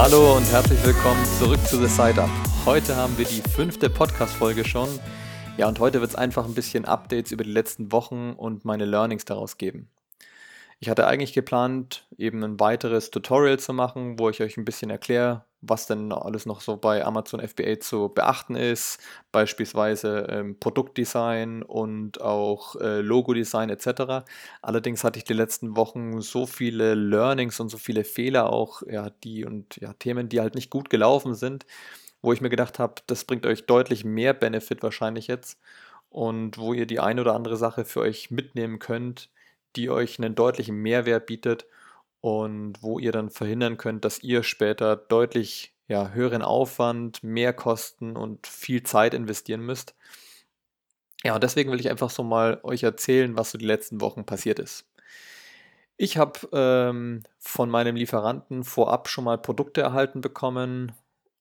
Hallo und herzlich willkommen zurück zu The Side Up. Heute haben wir die 5. Podcast-Folge schon. Ja, und heute wird es einfach ein bisschen Updates über die letzten Wochen und meine Learnings daraus geben. Ich hatte eigentlich geplant, eben ein weiteres Tutorial zu machen, wo ich euch ein bisschen erkläre, was denn alles noch so bei Amazon FBA zu beachten ist, beispielsweise Produktdesign und auch Logodesign etc. Allerdings hatte ich die letzten Wochen so viele Learnings und so viele Fehler auch, ja, Themen, die halt nicht gut gelaufen sind, wo ich mir gedacht habe, das bringt euch deutlich mehr Benefit wahrscheinlich jetzt und wo ihr die eine oder andere Sache für euch mitnehmen könnt, die euch einen deutlichen Mehrwert bietet und wo ihr dann verhindern könnt, dass ihr später deutlich ja, höheren Aufwand, mehr Kosten und viel Zeit investieren müsst. Ja, und deswegen will ich einfach so mal euch erzählen, was so die letzten Wochen passiert ist. Ich habe von meinem Lieferanten vorab schon mal Produkte erhalten bekommen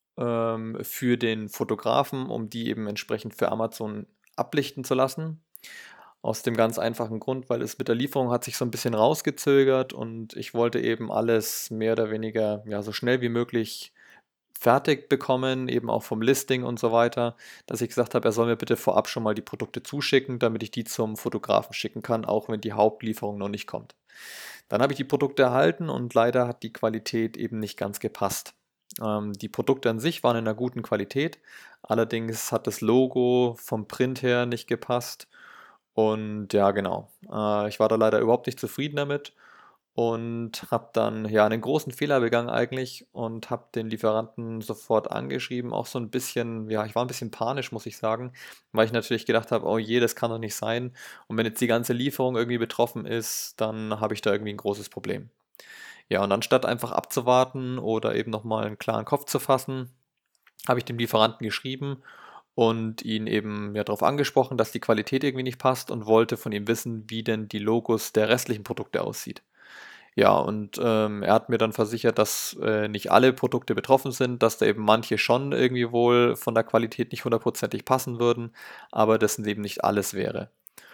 für den Fotografen, um die eben entsprechend für Amazon ablichten zu lassen. Aus dem ganz einfachen Grund, weil es mit der Lieferung hat sich so ein bisschen rausgezögert und ich wollte eben alles mehr oder weniger, ja, so schnell wie möglich fertig bekommen, eben auch vom Listing und so weiter, dass ich gesagt habe, er soll mir bitte vorab schon mal die Produkte zuschicken, damit ich die zum Fotografen schicken kann, auch wenn die Hauptlieferung noch nicht kommt. Dann habe ich die Produkte erhalten und leider hat die Qualität eben nicht ganz gepasst. Die Produkte an sich waren in einer guten Qualität, allerdings hat das Logo vom Print her nicht gepasst und ja, genau. Ich war da leider überhaupt nicht zufrieden damit und habe dann ja einen großen Fehler begangen eigentlich und habe den Lieferanten sofort angeschrieben, auch so ein bisschen, ja, ich war ein bisschen panisch, muss ich sagen, weil ich natürlich gedacht habe, oh je, das kann doch nicht sein. Und wenn jetzt die ganze Lieferung irgendwie betroffen ist, dann habe ich da irgendwie ein großes Problem. Ja, und anstatt einfach abzuwarten oder eben nochmal einen klaren Kopf zu fassen, habe ich dem Lieferanten geschrieben und ihn eben ja darauf angesprochen, dass die Qualität irgendwie nicht passt und wollte von ihm wissen, wie denn die Logos der restlichen Produkte aussieht. Ja, und er hat mir dann versichert, dass nicht alle Produkte betroffen sind, dass da eben manche schon irgendwie wohl von der Qualität nicht hundertprozentig passen würden, aber das eben nicht alles wäre.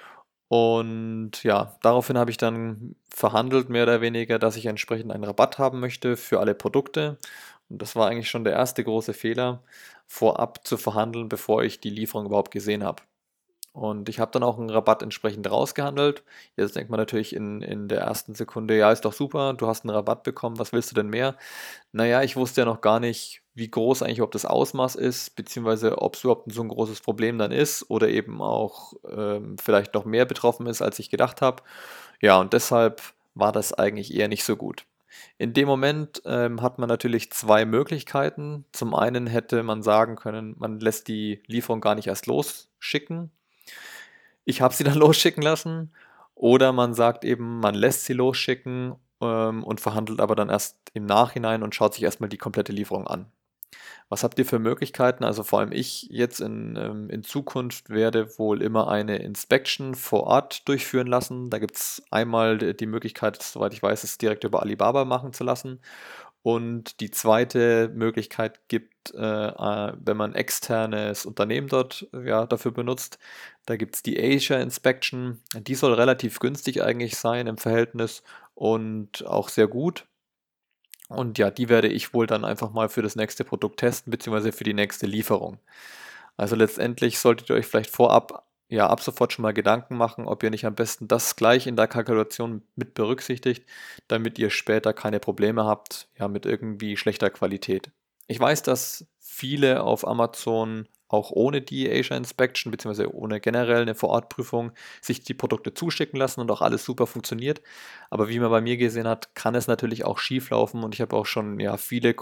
Und ja, daraufhin habe ich dann verhandelt, mehr oder weniger, dass ich entsprechend einen Rabatt haben möchte für alle Produkte. Und das war eigentlich schon der erste große Fehler, vorab zu verhandeln, bevor ich die Lieferung überhaupt gesehen habe. Und ich habe dann auch einen Rabatt entsprechend rausgehandelt. Jetzt denkt man natürlich in der ersten Sekunde, ja, ist doch super, du hast einen Rabatt bekommen, was willst du denn mehr? Naja, ich wusste ja noch gar nicht, wie groß eigentlich überhaupt das Ausmaß ist, beziehungsweise ob es überhaupt so ein großes Problem dann ist oder eben auch vielleicht noch mehr betroffen ist, als ich gedacht habe. Ja, und deshalb war das eigentlich eher nicht so gut. In dem Moment hat man natürlich zwei Möglichkeiten. Zum einen hätte man sagen können, man lässt die Lieferung gar nicht erst losschicken. Ich habe sie dann losschicken lassen. Oder man sagt eben, man lässt sie losschicken und verhandelt aber dann erst im Nachhinein und schaut sich erstmal die komplette Lieferung an. Was habt ihr für Möglichkeiten? Also vor allem ich jetzt in Zukunft werde wohl immer eine Inspection vor Ort durchführen lassen. Da gibt es einmal die Möglichkeit, soweit ich weiß, es direkt über Alibaba machen zu lassen. Und die zweite Möglichkeit gibt, wenn man externes Unternehmen dort ja, dafür benutzt, da gibt es die Asia Inspection. Die soll relativ günstig eigentlich sein im Verhältnis und auch sehr gut. Und ja, die werde ich wohl dann einfach mal für das nächste Produkt testen, beziehungsweise für die nächste Lieferung. Also letztendlich solltet ihr euch vielleicht vorab, ja, ab sofort schon mal Gedanken machen, ob ihr nicht am besten das gleich in der Kalkulation mit berücksichtigt, damit ihr später keine Probleme habt, ja, mit irgendwie schlechter Qualität. Ich weiß, dass viele auf Amazon auch ohne die Asia Inspection, beziehungsweise ohne generell eine Vorortprüfung, sich die Produkte zuschicken lassen und auch alles super funktioniert. Aber wie man bei mir gesehen hat, kann es natürlich auch schief laufen und ich habe auch schon ja, viele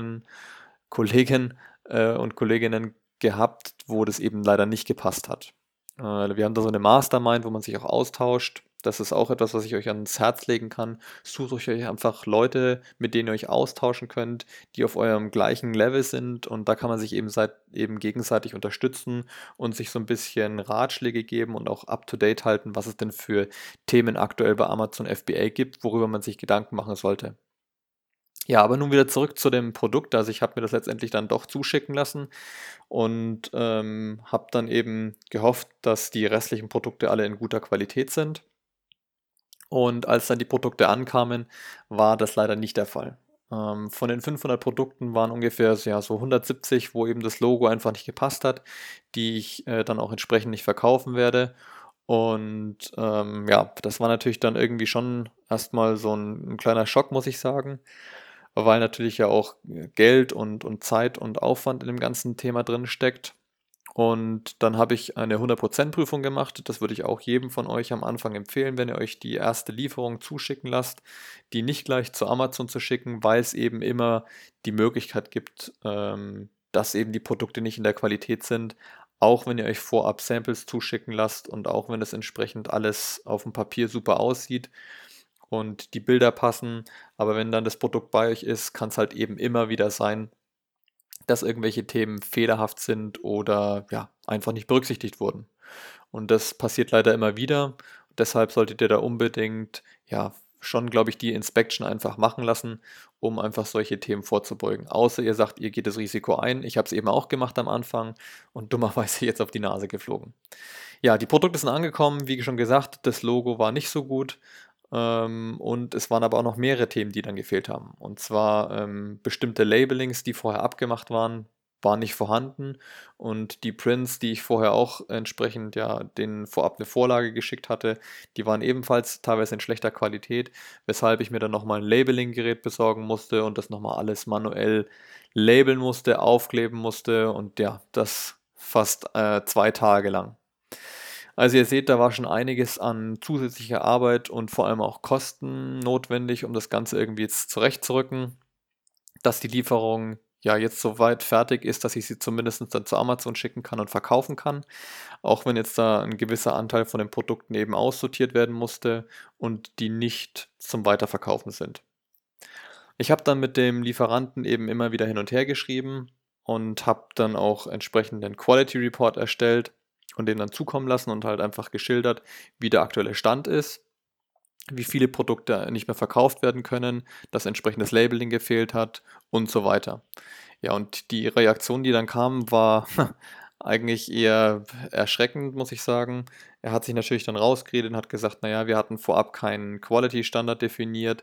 Kollegen und Kolleginnen gehabt, wo das eben leider nicht gepasst hat. Wir haben da so eine Mastermind, wo man sich auch austauscht. Das ist auch etwas, was ich euch ans Herz legen kann. Sucht euch einfach Leute, mit denen ihr euch austauschen könnt, die auf eurem gleichen Level sind und da kann man sich eben gegenseitig unterstützen und sich so ein bisschen Ratschläge geben und auch up-to-date halten, was es denn für Themen aktuell bei Amazon FBA gibt, worüber man sich Gedanken machen sollte. Ja, aber nun wieder zurück zu dem Produkt. Also ich habe mir das letztendlich dann doch zuschicken lassen und habe dann eben gehofft, dass die restlichen Produkte alle in guter Qualität sind. Und als dann die Produkte ankamen, war das leider nicht der Fall. Von den 500 Produkten waren ungefähr ja, so 170, wo eben das Logo einfach nicht gepasst hat, die ich dann auch entsprechend nicht verkaufen werde. Und ja, das war natürlich dann irgendwie schon erstmal so ein kleiner Schock, muss ich sagen, weil natürlich ja auch Geld und Zeit und Aufwand in dem ganzen Thema drin steckt. Und dann habe ich eine 100% Prüfung gemacht. Das würde ich auch jedem von euch am Anfang empfehlen, wenn ihr euch die erste Lieferung zuschicken lasst, die nicht gleich zu Amazon zu schicken, weil es eben immer die Möglichkeit gibt, dass eben die Produkte nicht in der Qualität sind, auch wenn ihr euch vorab Samples zuschicken lasst und auch wenn es entsprechend alles auf dem Papier super aussieht und die Bilder passen. Aber wenn dann das Produkt bei euch ist, kann es halt eben immer wieder sein, dass irgendwelche Themen fehlerhaft sind oder ja, einfach nicht berücksichtigt wurden. Und das passiert leider immer wieder. Deshalb solltet ihr da unbedingt, ja, schon, glaube ich, die Inspection einfach machen lassen, um einfach solche Themen vorzubeugen. Außer ihr sagt, ihr geht das Risiko ein. Ich habe es eben auch gemacht am Anfang und dummerweise jetzt auf die Nase geflogen. Ja, die Produkte sind angekommen, wie schon gesagt, das Logo war nicht so gut. Und es waren aber auch noch mehrere Themen, die dann gefehlt haben. Und zwar bestimmte Labelings, die vorher abgemacht waren nicht vorhanden. Und die Prints, die ich vorher auch entsprechend ja denen vorab eine Vorlage geschickt hatte, die waren ebenfalls teilweise in schlechter Qualität, weshalb ich mir dann nochmal ein Labeling-Gerät besorgen musste und das nochmal alles manuell labeln musste, aufkleben musste und ja, das fast 2 Tage lang. Also ihr seht, da war schon einiges an zusätzlicher Arbeit und vor allem auch Kosten notwendig, um das Ganze irgendwie jetzt zurechtzurücken, dass die Lieferung ja jetzt soweit fertig ist, dass ich sie zumindest dann zu Amazon schicken kann und verkaufen kann, auch wenn jetzt da ein gewisser Anteil von den Produkten eben aussortiert werden musste und die nicht zum Weiterverkaufen sind. Ich habe dann mit dem Lieferanten eben immer wieder hin und her geschrieben und habe dann auch entsprechend den Quality Report erstellt und den dann zukommen lassen und halt einfach geschildert, wie der aktuelle Stand ist, wie viele Produkte nicht mehr verkauft werden können, dass entsprechendes Labeling gefehlt hat und so weiter. Ja, und die Reaktion, die dann kam, war eigentlich eher erschreckend, muss ich sagen. Er hat sich natürlich dann rausgeredet und hat gesagt, naja, wir hatten vorab keinen Quality-Standard definiert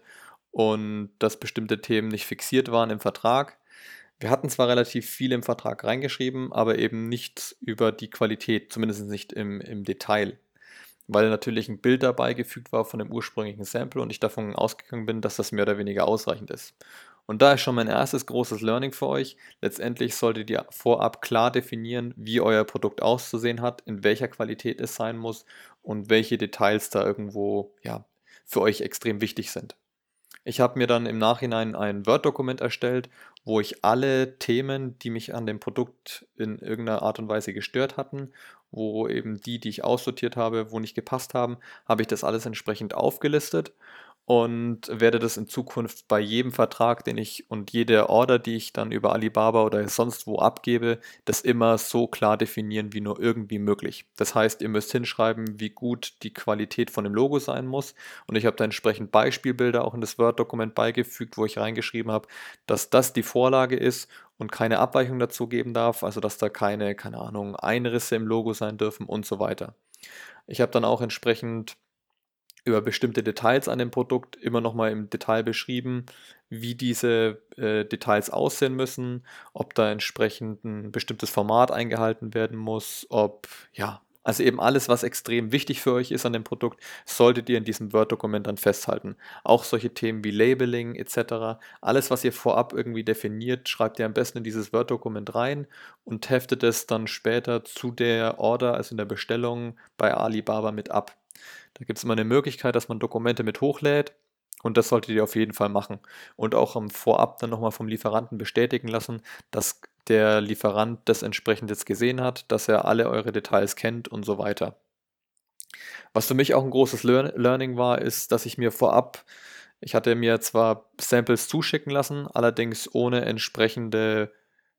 und dass bestimmte Themen nicht fixiert waren im Vertrag. Wir hatten zwar relativ viel im Vertrag reingeschrieben, aber eben nichts über die Qualität, zumindest nicht im Detail, weil natürlich ein Bild dabei gefügt war von dem ursprünglichen Sample und ich davon ausgegangen bin, dass das mehr oder weniger ausreichend ist. Und da ist schon mein erstes großes Learning für euch. Letztendlich solltet ihr vorab klar definieren, wie euer Produkt auszusehen hat, in welcher Qualität es sein muss und welche Details da irgendwo ja, für euch extrem wichtig sind. Ich habe mir dann im Nachhinein ein Word-Dokument erstellt, wo ich alle Themen, die mich an dem Produkt in irgendeiner Art und Weise gestört hatten, wo eben die ich aussortiert habe, wo nicht gepasst haben, habe ich das alles entsprechend aufgelistet und werde das in Zukunft bei jedem Vertrag, den ich und jede Order, die ich dann über Alibaba oder sonst wo abgebe, das immer so klar definieren wie nur irgendwie möglich. Das heißt, ihr müsst hinschreiben, wie gut die Qualität von dem Logo sein muss und ich habe da entsprechend Beispielbilder auch in das Word-Dokument beigefügt, wo ich reingeschrieben habe, dass das die Vorlage ist und keine Abweichung dazu geben darf, also dass da keine Ahnung, Einrisse im Logo sein dürfen und so weiter. Ich habe dann auch entsprechend über bestimmte Details an dem Produkt immer noch mal im Detail beschrieben, wie diese Details aussehen müssen, ob da entsprechend ein bestimmtes Format eingehalten werden muss, ob ja, also eben alles, was extrem wichtig für euch ist an dem Produkt, solltet ihr in diesem Word-Dokument dann festhalten. Auch solche Themen wie Labeling etc. Alles, was ihr vorab irgendwie definiert, schreibt ihr am besten in dieses Word-Dokument rein und heftet es dann später zu der Order, also in der Bestellung bei Alibaba mit ab. Da gibt es immer eine Möglichkeit, dass man Dokumente mit hochlädt und das solltet ihr auf jeden Fall machen. Und auch Vorab dann nochmal vom Lieferanten bestätigen lassen, dass der Lieferant das entsprechend jetzt gesehen hat, dass er alle eure Details kennt und so weiter. Was für mich auch ein großes Learning war, ist, dass ich mir vorab, ich hatte mir zwar Samples zuschicken lassen, allerdings ohne entsprechende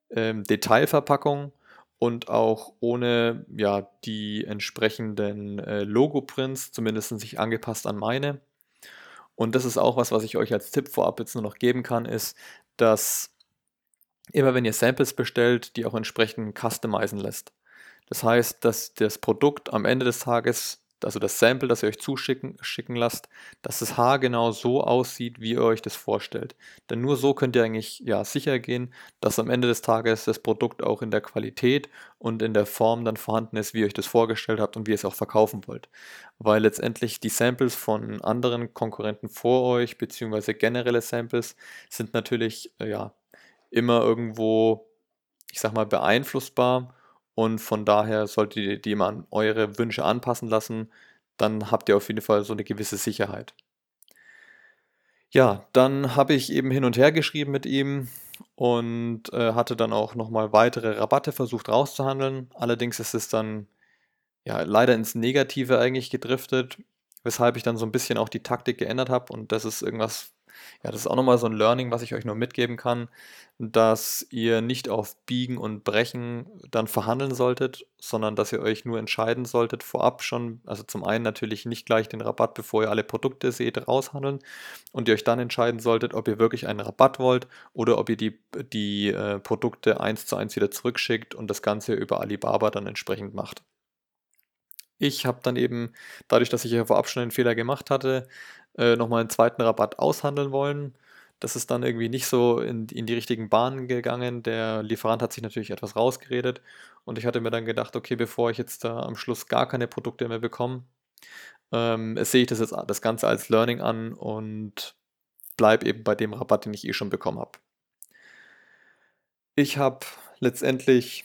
Detailverpackung und auch ohne ja, die entsprechenden Logo-Prints, zumindest nicht angepasst an meine. Und das ist auch was, was ich euch als Tipp vorab jetzt nur noch geben kann, ist, dass immer wenn ihr Samples bestellt, die auch entsprechend customizen lässt. Das heißt, dass das Produkt am Ende des Tages also das Sample, das ihr euch schicken lasst, dass es haargenau so aussieht, wie ihr euch das vorstellt. Denn nur so könnt ihr eigentlich ja sicher gehen, dass am Ende des Tages das Produkt auch in der Qualität und in der Form dann vorhanden ist, wie ihr euch das vorgestellt habt und wie ihr es auch verkaufen wollt. Weil letztendlich die Samples von anderen Konkurrenten vor euch, beziehungsweise generelle Samples, sind natürlich ja immer irgendwo, ich sag mal, beeinflussbar und von daher solltet ihr die immer an eure Wünsche anpassen lassen, dann habt ihr auf jeden Fall so eine gewisse Sicherheit. Ja, dann habe ich eben hin und her geschrieben mit ihm und hatte dann auch nochmal weitere Rabatte versucht rauszuhandeln. Allerdings ist es dann ja leider ins Negative eigentlich gedriftet, weshalb ich dann so ein bisschen auch die Taktik geändert habe und das ist irgendwas, ja, das ist auch nochmal so ein Learning, was ich euch nur mitgeben kann, dass ihr nicht auf Biegen und Brechen dann verhandeln solltet, sondern dass ihr euch nur entscheiden solltet vorab schon, also zum einen natürlich nicht gleich den Rabatt, bevor ihr alle Produkte seht, raushandeln und ihr euch dann entscheiden solltet, ob ihr wirklich einen Rabatt wollt oder ob ihr die Produkte eins zu eins wieder zurückschickt und das Ganze über Alibaba dann entsprechend macht. Ich habe dann eben, dadurch, dass ich ja vorab schon einen Fehler gemacht hatte, noch mal 'n zweiten Rabatt aushandeln wollen. Das ist dann irgendwie nicht so in die richtigen Bahnen gegangen. Der Lieferant hat sich natürlich etwas rausgeredet und ich hatte mir dann gedacht: „Okay, bevor ich jetzt da am Schluss gar keine Produkte mehr bekomme, sehe ich das jetzt das Ganze als Learning an und bleibe eben bei dem Rabatt, den ich eh schon bekommen habe.“ Ich habe letztendlich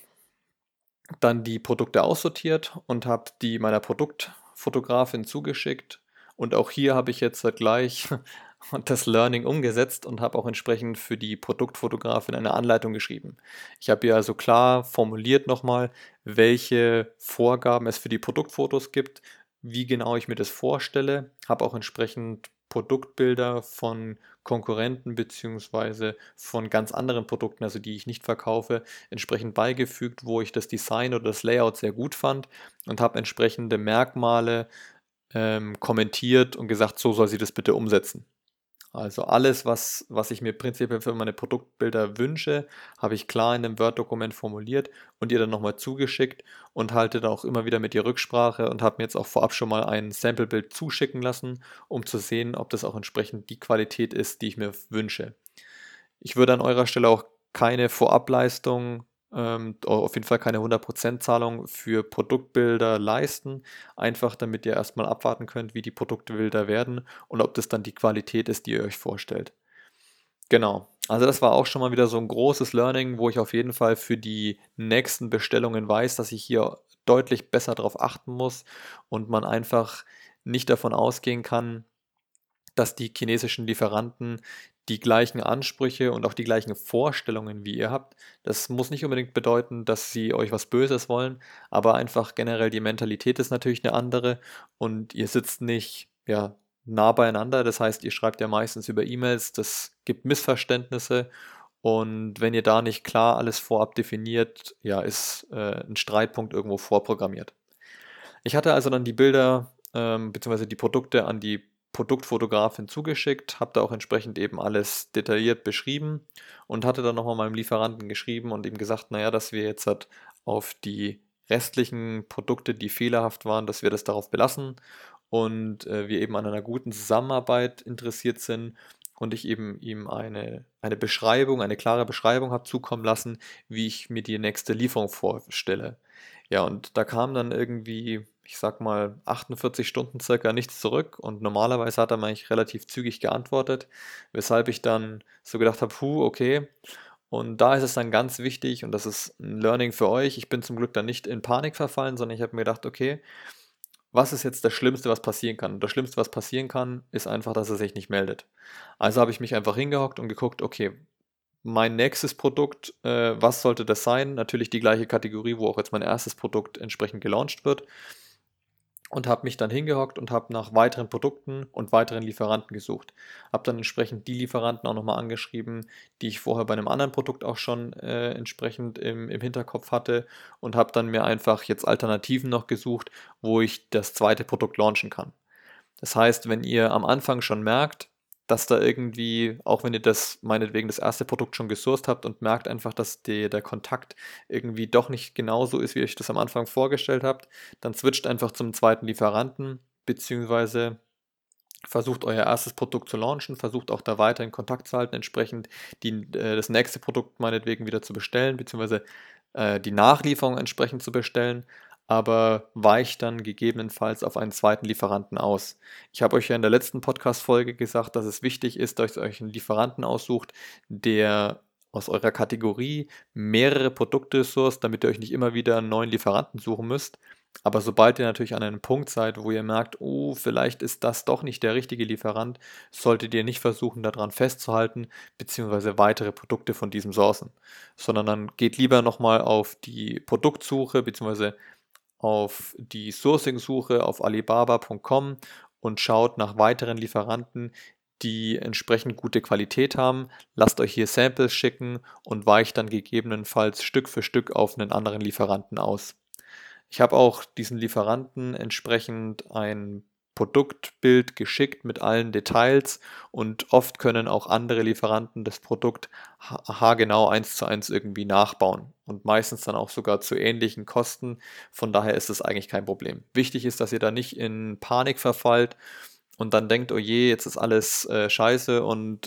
dann die Produkte aussortiert und habe die meiner Produktfotografin zugeschickt. Und auch hier habe ich jetzt halt gleich das Learning umgesetzt und habe auch entsprechend für die Produktfotografin eine Anleitung geschrieben. Ich habe ihr also klar formuliert nochmal, welche Vorgaben es für die Produktfotos gibt, wie genau ich mir das vorstelle, habe auch entsprechend Produktbilder von Konkurrenten beziehungsweise von ganz anderen Produkten, also die ich nicht verkaufe, entsprechend beigefügt, wo ich das Design oder das Layout sehr gut fand und habe entsprechende Merkmale kommentiert und gesagt, so soll sie das bitte umsetzen. Also alles, was ich mir prinzipiell für meine Produktbilder wünsche, habe ich klar in einem Word-Dokument formuliert und ihr dann nochmal zugeschickt und halte da auch immer wieder mit ihr Rücksprache und habe mir jetzt auch vorab schon mal ein Samplebild zuschicken lassen, um zu sehen, ob das auch entsprechend die Qualität ist, die ich mir wünsche. Ich würde an eurer Stelle auch keine Vorableistung, auf jeden Fall keine 100% Zahlung für Produktbilder leisten, einfach damit ihr erstmal abwarten könnt, wie die Produktbilder werden und ob das dann die Qualität ist, die ihr euch vorstellt. Genau. Also das war auch schon mal wieder so ein großes Learning, wo ich auf jeden Fall für die nächsten Bestellungen weiß, dass ich hier deutlich besser drauf achten muss und man einfach nicht davon ausgehen kann, dass die chinesischen Lieferanten die gleichen Ansprüche und auch die gleichen Vorstellungen wie ihr habt. Das muss nicht unbedingt bedeuten, dass sie euch was Böses wollen, aber einfach generell die Mentalität ist natürlich eine andere und ihr sitzt nicht, ja, nah beieinander. Das heißt, ihr schreibt ja meistens über E-Mails, das gibt Missverständnisse und wenn ihr da nicht klar alles vorab definiert, ja, ist 'n Streitpunkt irgendwo vorprogrammiert. Ich hatte also dann die Bilder, beziehungsweise die Produkte an die Produktfotografin zugeschickt, habe da auch entsprechend eben alles detailliert beschrieben und hatte dann nochmal meinem Lieferanten geschrieben und ihm gesagt, naja, dass wir jetzt halt auf die restlichen Produkte, die fehlerhaft waren, dass wir das darauf belassen und wir eben an einer guten Zusammenarbeit interessiert sind und ich eben ihm eine Beschreibung, eine klare Beschreibung habe zukommen lassen, wie ich mir die nächste Lieferung vorstelle. Ja, und da kam dann irgendwie, ich sag mal, 48 Stunden circa nichts zurück und normalerweise hat er mir eigentlich relativ zügig geantwortet, weshalb ich dann so gedacht habe, puh, okay. Und da ist es dann ganz wichtig und das ist ein Learning für euch. Ich bin zum Glück dann nicht in Panik verfallen, sondern ich habe mir gedacht, okay, was ist jetzt das Schlimmste, was passieren kann? Und das Schlimmste, was passieren kann, ist einfach, dass er sich nicht meldet. Also habe ich mich einfach hingehockt und geguckt, okay, mein nächstes Produkt, was sollte das sein? Natürlich die gleiche Kategorie, wo auch jetzt mein erstes Produkt entsprechend gelauncht wird. Und habe mich dann hingehockt und habe nach weiteren Produkten und weiteren Lieferanten gesucht. Habe dann entsprechend die Lieferanten auch nochmal angeschrieben, die ich vorher bei einem anderen Produkt auch schon entsprechend im Hinterkopf hatte und habe dann mir einfach jetzt Alternativen noch gesucht, wo ich das zweite Produkt launchen kann. Das heißt, wenn ihr am Anfang schon merkt, dass da irgendwie, auch wenn ihr das meinetwegen das erste Produkt schon gesourced habt und merkt einfach, dass der Kontakt irgendwie doch nicht genauso ist, wie ihr euch das am Anfang vorgestellt habt, dann switcht einfach zum zweiten Lieferanten, beziehungsweise versucht euer erstes Produkt zu launchen, versucht auch da weiter in Kontakt zu halten, entsprechend das nächste Produkt meinetwegen wieder zu bestellen, beziehungsweise die Nachlieferung entsprechend zu bestellen, aber weicht dann gegebenenfalls auf einen zweiten Lieferanten aus. Ich habe euch ja in der letzten Podcast-Folge gesagt, dass es wichtig ist, dass ihr euch einen Lieferanten aussucht, der aus eurer Kategorie mehrere Produkte sourced, damit ihr euch nicht immer wieder einen neuen Lieferanten suchen müsst. Aber sobald ihr natürlich an einem Punkt seid, wo ihr merkt, oh, vielleicht ist das doch nicht der richtige Lieferant, solltet ihr nicht versuchen, daran festzuhalten, beziehungsweise weitere Produkte von diesem sourcen, sondern dann geht lieber nochmal auf die Produktsuche, beziehungsweise auf die Sourcing-Suche auf Alibaba.com und schaut nach weiteren Lieferanten, die entsprechend gute Qualität haben. Lasst euch hier Samples schicken und weicht dann gegebenenfalls Stück für Stück auf einen anderen Lieferanten aus. Ich habe auch diesen Lieferanten entsprechend ein Produktbild geschickt mit allen Details und oft können auch andere Lieferanten das Produkt haargenau 1:1 irgendwie nachbauen und meistens dann auch sogar zu ähnlichen Kosten. Von daher ist es eigentlich kein Problem. Wichtig ist, dass ihr da nicht in Panik verfallt und dann denkt, oh je, jetzt ist alles scheiße und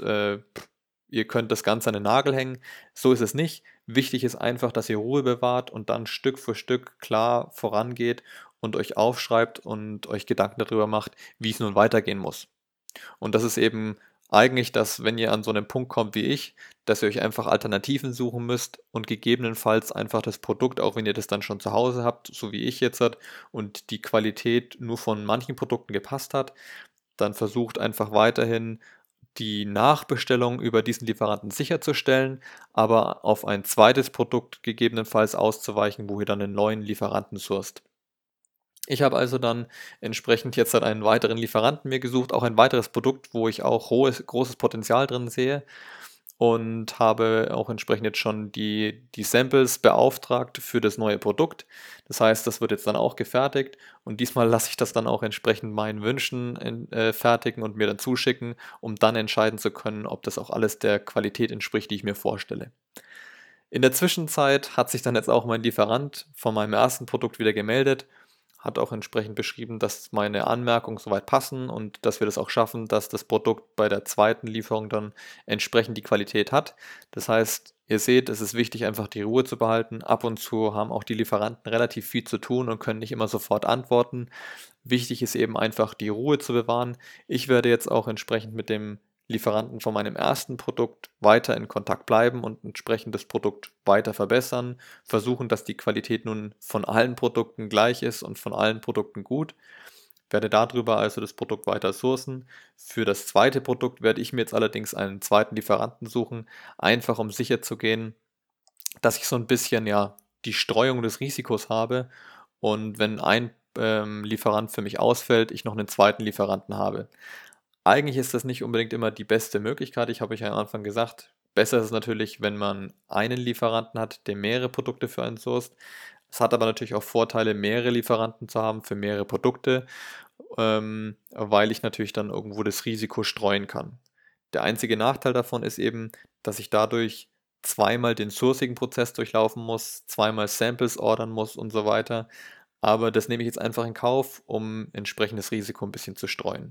ihr könnt das Ganze an den Nagel hängen. So ist es nicht. Wichtig ist einfach, dass ihr Ruhe bewahrt und dann Stück für Stück klar vorangeht und euch aufschreibt und euch Gedanken darüber macht, wie es nun weitergehen muss. Und das ist eben eigentlich das, wenn ihr an so einen Punkt kommt wie ich, dass ihr euch einfach Alternativen suchen müsst und gegebenenfalls einfach das Produkt, auch wenn ihr das dann schon zu Hause habt, so wie ich jetzt hat, und die Qualität nur von manchen Produkten gepasst hat, dann versucht einfach weiterhin die Nachbestellung über diesen Lieferanten sicherzustellen, aber auf ein zweites Produkt gegebenenfalls auszuweichen, wo ihr dann einen neuen Lieferanten sourced. Ich habe also dann entsprechend jetzt halt einen weiteren Lieferanten mir gesucht, auch ein weiteres Produkt, wo ich auch großes Potenzial drin sehe und habe auch entsprechend jetzt schon die Samples beauftragt für das neue Produkt. Das heißt, das wird jetzt dann auch gefertigt und diesmal lasse ich das dann auch entsprechend meinen Wünschen fertigen und mir dann zuschicken, um dann entscheiden zu können, ob das auch alles der Qualität entspricht, die ich mir vorstelle. In der Zwischenzeit hat sich dann jetzt auch mein Lieferant von meinem ersten Produkt wieder gemeldet, hat auch entsprechend beschrieben, dass meine Anmerkungen soweit passen und dass wir das auch schaffen, dass das Produkt bei der zweiten Lieferung dann entsprechend die Qualität hat. Das heißt, ihr seht, es ist wichtig, einfach die Ruhe zu behalten. Ab und zu haben auch die Lieferanten relativ viel zu tun und können nicht immer sofort antworten. Wichtig ist eben einfach, die Ruhe zu bewahren. Ich werde jetzt auch entsprechend mit dem Lieferanten von meinem ersten Produkt weiter in Kontakt bleiben und entsprechend das Produkt weiter verbessern, versuchen, dass die Qualität nun von allen Produkten gleich ist und von allen Produkten gut. Werde darüber also das Produkt weiter sourcen. Für das zweite Produkt werde ich mir jetzt allerdings einen zweiten Lieferanten suchen, einfach um sicher zu gehen, dass ich so ein bisschen ja die Streuung des Risikos habe und wenn ein Lieferant für mich ausfällt, ich noch einen zweiten Lieferanten habe. Eigentlich ist das nicht unbedingt immer die beste Möglichkeit. Ich habe euch ja am Anfang gesagt, besser ist es natürlich, wenn man einen Lieferanten hat, der mehrere Produkte für einen sourced. Es hat aber natürlich auch Vorteile, mehrere Lieferanten zu haben für mehrere Produkte, weil ich natürlich dann irgendwo das Risiko streuen kann. Der einzige Nachteil davon ist eben, dass ich dadurch zweimal den Sourcing-Prozess durchlaufen muss, zweimal Samples ordern muss und so weiter. Aber das nehme ich jetzt einfach in Kauf, um entsprechendes Risiko ein bisschen zu streuen.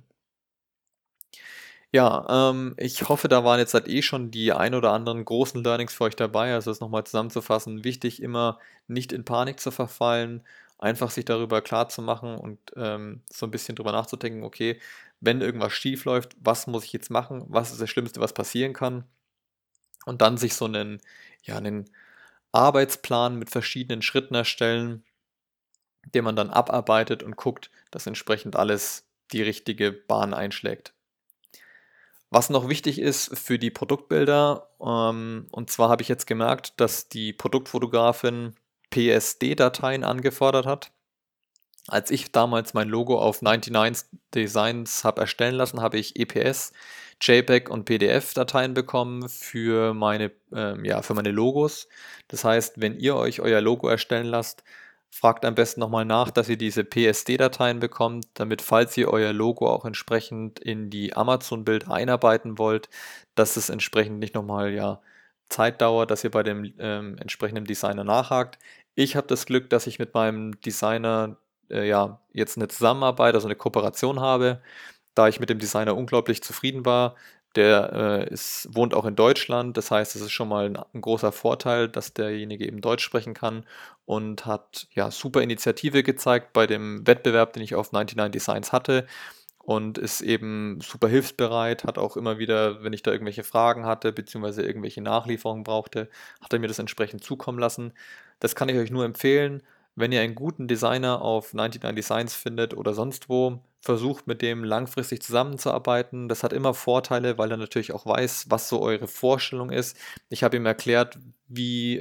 Ja, ich hoffe, da waren jetzt halt schon die ein oder anderen großen Learnings für euch dabei. Also das nochmal zusammenzufassen, wichtig immer nicht in Panik zu verfallen, einfach sich darüber klar zu machen und so ein bisschen drüber nachzudenken, okay, wenn irgendwas schief läuft, was muss ich jetzt machen? Was ist das Schlimmste, was passieren kann? Und dann sich so einen Arbeitsplan mit verschiedenen Schritten erstellen, den man dann abarbeitet und guckt, dass entsprechend alles die richtige Bahn einschlägt. Was noch wichtig ist für die Produktbilder, und zwar habe ich jetzt gemerkt, dass die Produktfotografin PSD-Dateien angefordert hat. Als ich damals mein Logo auf 99 Designs habe erstellen lassen, habe ich EPS, JPEG und PDF-Dateien bekommen für meine Logos. Das heißt, wenn ihr euch euer Logo erstellen lasst, Fragt am besten nochmal nach, dass ihr diese PSD-Dateien bekommt, damit, falls ihr euer Logo auch entsprechend in die Amazon-Bilder einarbeiten wollt, dass es entsprechend nicht nochmal Zeit dauert, dass ihr bei dem entsprechenden Designer nachhakt. Ich habe das Glück, dass ich mit meinem Designer jetzt eine Zusammenarbeit, also eine Kooperation habe, da ich mit dem Designer unglaublich zufrieden war. Der wohnt auch in Deutschland, das heißt, es ist schon mal ein großer Vorteil, dass derjenige eben Deutsch sprechen kann, und hat super Initiative gezeigt bei dem Wettbewerb, den ich auf 99 Designs hatte, und ist eben super hilfsbereit, hat auch immer wieder, wenn ich da irgendwelche Fragen hatte, beziehungsweise irgendwelche Nachlieferungen brauchte, hat er mir das entsprechend zukommen lassen. Das kann ich euch nur empfehlen. Wenn ihr einen guten Designer auf 99 Designs findet oder sonst wo, versucht mit dem langfristig zusammenzuarbeiten. Das hat immer Vorteile, weil er natürlich auch weiß, was so eure Vorstellung ist. Ich habe ihm erklärt, wie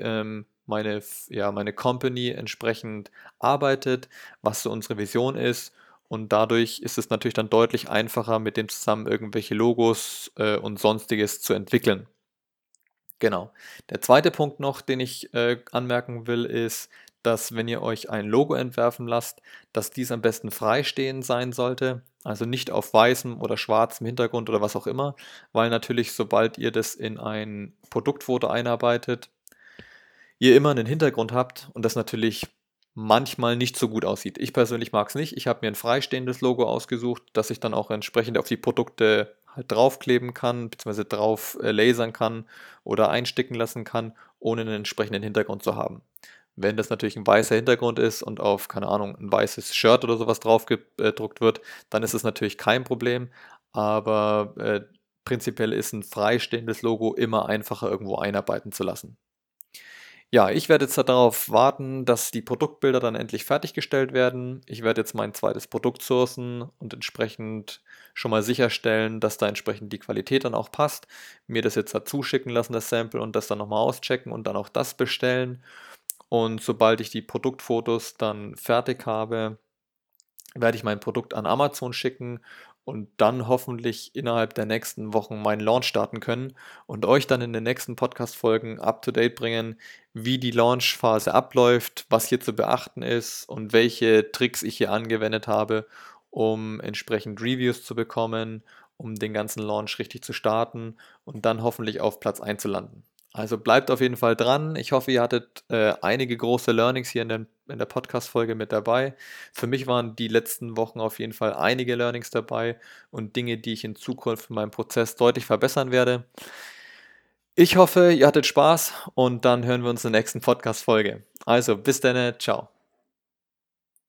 meine Company entsprechend arbeitet, was so unsere Vision ist. Und dadurch ist es natürlich dann deutlich einfacher, mit dem zusammen irgendwelche Logos und sonstiges zu entwickeln. Genau. Der zweite Punkt noch, den ich anmerken will, ist, dass, wenn ihr euch ein Logo entwerfen lasst, dass dies am besten freistehend sein sollte, also nicht auf weißem oder schwarzem Hintergrund oder was auch immer, weil natürlich, sobald ihr das in ein Produktfoto einarbeitet, ihr immer einen Hintergrund habt und das natürlich manchmal nicht so gut aussieht. Ich persönlich mag es nicht. Ich habe mir ein freistehendes Logo ausgesucht, das ich dann auch entsprechend auf die Produkte halt draufkleben kann, beziehungsweise drauf lasern kann oder einsticken lassen kann, ohne einen entsprechenden Hintergrund zu haben. Wenn das natürlich ein weißer Hintergrund ist und auf, keine Ahnung, ein weißes Shirt oder sowas drauf gedruckt wird, dann ist es natürlich kein Problem, aber prinzipiell ist ein freistehendes Logo immer einfacher irgendwo einarbeiten zu lassen. Ja, ich werde jetzt darauf warten, dass die Produktbilder dann endlich fertiggestellt werden. Ich werde jetzt mein zweites Produkt sourcen und entsprechend schon mal sicherstellen, dass da entsprechend die Qualität dann auch passt. Mir das jetzt dazu schicken lassen, das Sample, und das dann nochmal auschecken und dann auch das bestellen. Und sobald ich die Produktfotos dann fertig habe, werde ich mein Produkt an Amazon schicken und dann hoffentlich innerhalb der nächsten Wochen meinen Launch starten können und euch dann in den nächsten Podcast-Folgen up-to-date bringen, wie die Launch-Phase abläuft, was hier zu beachten ist und welche Tricks ich hier angewendet habe, um entsprechend Reviews zu bekommen, um den ganzen Launch richtig zu starten und dann hoffentlich auf Platz 1 zu landen. Also bleibt auf jeden Fall dran. Ich hoffe, ihr hattet einige große Learnings hier in der Podcast-Folge mit dabei. Für mich waren die letzten Wochen auf jeden Fall einige Learnings dabei und Dinge, die ich in Zukunft in meinem Prozess deutlich verbessern werde. Ich hoffe, ihr hattet Spaß, und dann hören wir uns in der nächsten Podcast-Folge. Also bis dann, ciao.